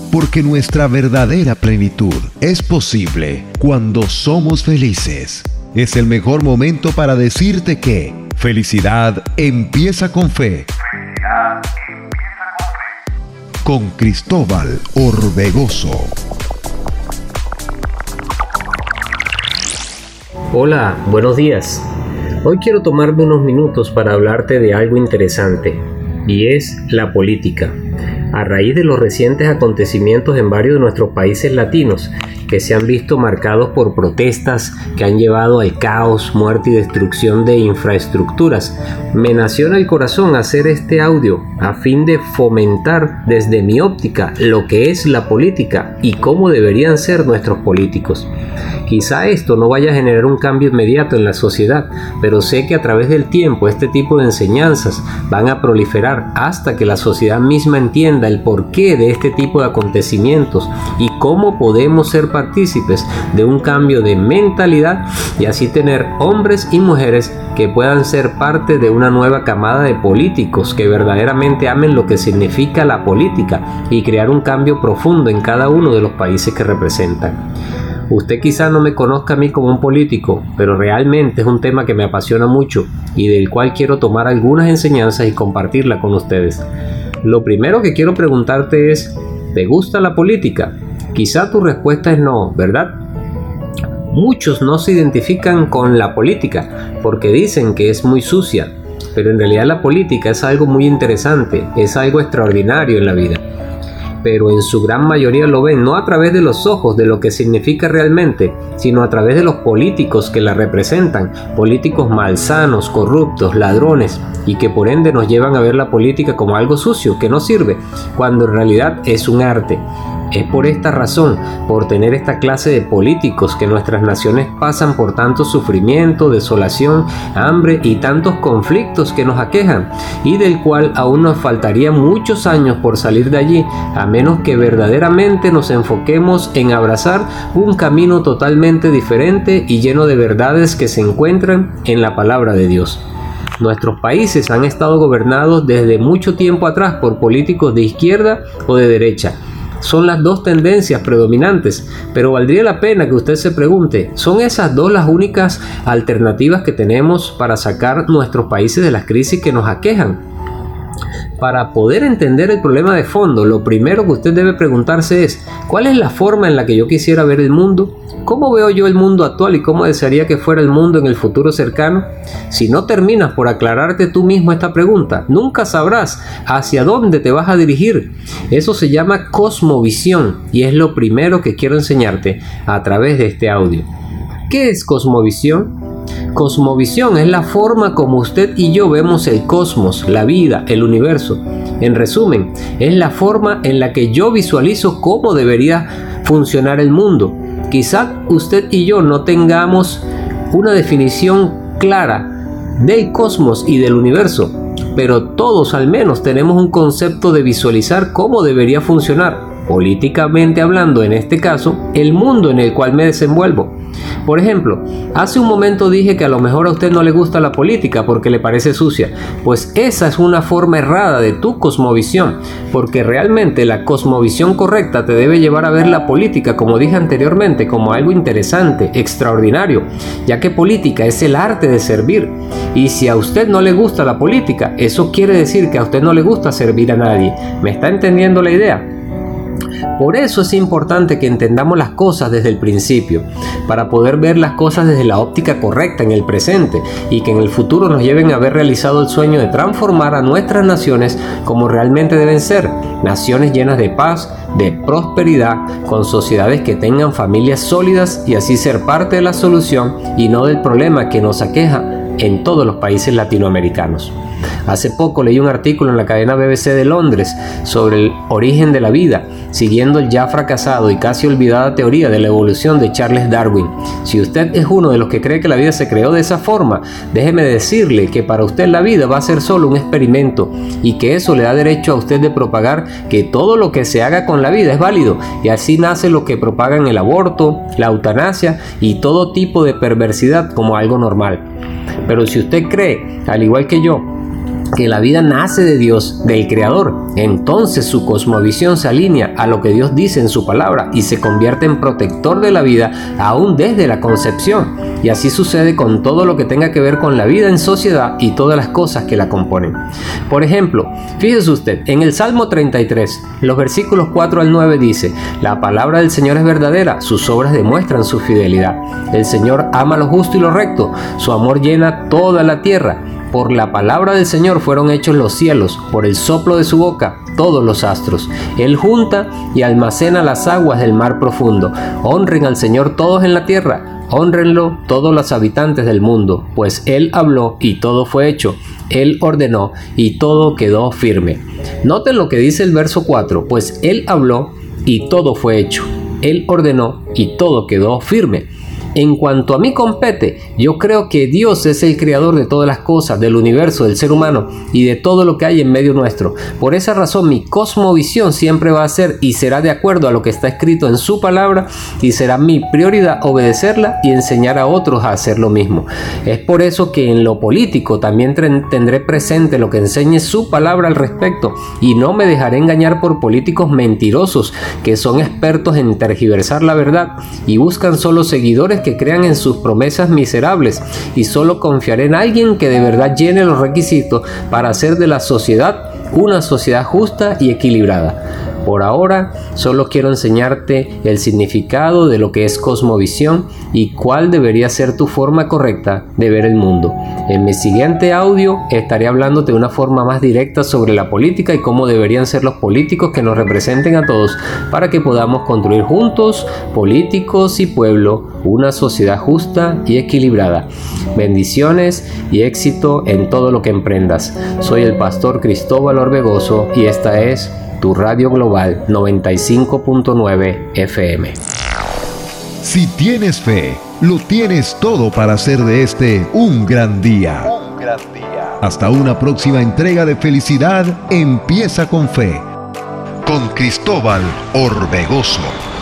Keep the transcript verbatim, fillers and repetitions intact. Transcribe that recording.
porque nuestra verdadera plenitud es posible cuando somos felices. Es el mejor momento para decirte que felicidad empieza con fe. Felicidad empieza con fe. Con Cristóbal Orbegoso. Hola, buenos días. Hoy quiero tomarme unos minutos para hablarte de algo interesante, y es la política. A raíz de los recientes acontecimientos en varios de nuestros países latinos, que se han visto marcados por protestas que han llevado al caos, muerte y destrucción de infraestructuras, me nació en el corazón hacer este audio a fin de fomentar desde mi óptica lo que es la política y cómo deberían ser nuestros políticos. Quizá esto no vaya a generar un cambio inmediato en la sociedad, pero sé que a través del tiempo este tipo de enseñanzas van a proliferar hasta que la sociedad misma entienda el porqué de este tipo de acontecimientos y cómo podemos ser partícipes de un cambio de mentalidad y así tener hombres y mujeres que puedan ser parte de una nueva camada de políticos que verdaderamente amen lo que significa la política y crear un cambio profundo en cada uno de los países que representan. Usted quizá no me conozca a mí como un político, pero realmente es un tema que me apasiona mucho y del cual quiero tomar algunas enseñanzas y compartirla con ustedes. Lo primero que quiero preguntarte es, ¿te gusta la política? Quizá tu respuesta es no, ¿verdad? Muchos no se identifican con la política porque dicen que es muy sucia, pero en realidad la política es algo muy interesante, es algo extraordinario en la vida. Pero en su gran mayoría lo ven no a través de los ojos de lo que significa realmente, sino a través de los políticos que la representan, políticos malsanos, corruptos, ladrones, y que por ende nos llevan a ver la política como algo sucio, que no sirve, cuando en realidad es un arte. Es por esta razón, por tener esta clase de políticos, que nuestras naciones pasan por tanto sufrimiento, desolación, hambre y tantos conflictos que nos aquejan, y del cual aún nos faltarían muchos años por salir de allí, a menos que verdaderamente nos enfoquemos en abrazar un camino totalmente diferente y lleno de verdades que se encuentran en la palabra de Dios. Nuestros países han estado gobernados desde mucho tiempo atrás por políticos de izquierda o de derecha. Son las dos tendencias predominantes, pero valdría la pena que usted se pregunte, ¿son esas dos las únicas alternativas que tenemos para sacar nuestros países de las crisis que nos aquejan? Para poder entender el problema de fondo, lo primero que usted debe preguntarse es, ¿cuál es la forma en la que yo quisiera ver el mundo? ¿Cómo veo yo el mundo actual y cómo desearía que fuera el mundo en el futuro cercano? Si no terminas por aclararte tú mismo esta pregunta, nunca sabrás hacia dónde te vas a dirigir. Eso se llama cosmovisión y es lo primero que quiero enseñarte a través de este audio. ¿Qué es cosmovisión? Cosmovisión es la forma como usted y yo vemos el cosmos, la vida, el universo. En resumen, es la forma en la que yo visualizo cómo debería funcionar el mundo. Quizá usted y yo no tengamos una definición clara del cosmos y del universo, pero todos al menos tenemos un concepto de visualizar cómo debería funcionar, políticamente hablando en este caso, el mundo en el cual me desenvuelvo. Por ejemplo, hace un momento dije que a lo mejor a usted no le gusta la política porque le parece sucia. Pues esa es una forma errada de tu cosmovisión, porque realmente la cosmovisión correcta te debe llevar a ver la política, como dije anteriormente, como algo interesante, extraordinario, ya que política es el arte de servir. Y si a usted no le gusta la política, eso quiere decir que a usted no le gusta servir a nadie. ¿Me está entendiendo la idea? Por eso es importante que entendamos las cosas desde el principio, para poder ver las cosas desde la óptica correcta en el presente y que en el futuro nos lleven a haber realizado el sueño de transformar a nuestras naciones como realmente deben ser, naciones llenas de paz, de prosperidad, con sociedades que tengan familias sólidas y así ser parte de la solución y no del problema que nos aqueja en todos los países latinoamericanos. Hace poco leí un artículo en la cadena B B C de Londres sobre el origen de la vida, siguiendo el ya fracasado y casi olvidada teoría de la evolución de Charles Darwin. Si usted es uno de los que cree que la vida se creó de esa forma, déjeme decirle que para usted la vida va a ser solo un experimento y que eso le da derecho a usted de propagar que todo lo que se haga con la vida es válido, y así nace lo que propagan el aborto, la eutanasia y todo tipo de perversidad como algo normal. Pero si usted cree, al igual que yo, que la vida nace de Dios, del Creador, entonces su cosmovisión se alinea a lo que Dios dice en su palabra y se convierte en protector de la vida aún desde la concepción. Y así sucede con todo lo que tenga que ver con la vida en sociedad y todas las cosas que la componen. Por ejemplo, fíjese usted, en el Salmo treinta y tres, los versículos cuatro al nueve dice: la palabra del Señor es verdadera, sus obras demuestran su fidelidad. El Señor ama lo justo y lo recto, su amor llena toda la tierra. Por la palabra del Señor fueron hechos los cielos, por el soplo de su boca todos los astros. Él junta y almacena las aguas del mar profundo. Honren al Señor todos en la tierra, hónrenlo todos los habitantes del mundo, pues Él habló y todo fue hecho. Él ordenó y todo quedó firme. Noten lo que dice el verso cuatro, pues Él habló y todo fue hecho. Él ordenó y todo quedó firme. En cuanto a mí compete, yo creo que Dios es el creador de todas las cosas, del universo, del ser humano y de todo lo que hay en medio nuestro. Por esa razón mi cosmovisión siempre va a ser y será de acuerdo a lo que está escrito en su palabra, y será mi prioridad obedecerla y enseñar a otros a hacer lo mismo. Es por eso que en lo político también tendré presente lo que enseñe su palabra al respecto, y no me dejaré engañar por políticos mentirosos que son expertos en tergiversar la verdad y buscan solo seguidores que crean en sus promesas miserables, y solo confiaré en alguien que de verdad llene los requisitos para hacer de la sociedad una sociedad justa y equilibrada. Por ahora, solo quiero enseñarte el significado de lo que es cosmovisión y cuál debería ser tu forma correcta de ver el mundo. En mi siguiente audio estaré hablándote de una forma más directa sobre la política y cómo deberían ser los políticos que nos representen a todos para que podamos construir juntos, políticos y pueblo, una sociedad justa y equilibrada. Bendiciones y éxito en todo lo que emprendas. Soy el pastor Cristóbal Orbegoso y esta es tu Radio Global noventa y cinco punto nueve F M. Si tienes fe, lo tienes todo para hacer de este un gran día. Un gran día. Hasta una próxima entrega de Felicidad Empieza con Fe, con Cristóbal Orbegoso.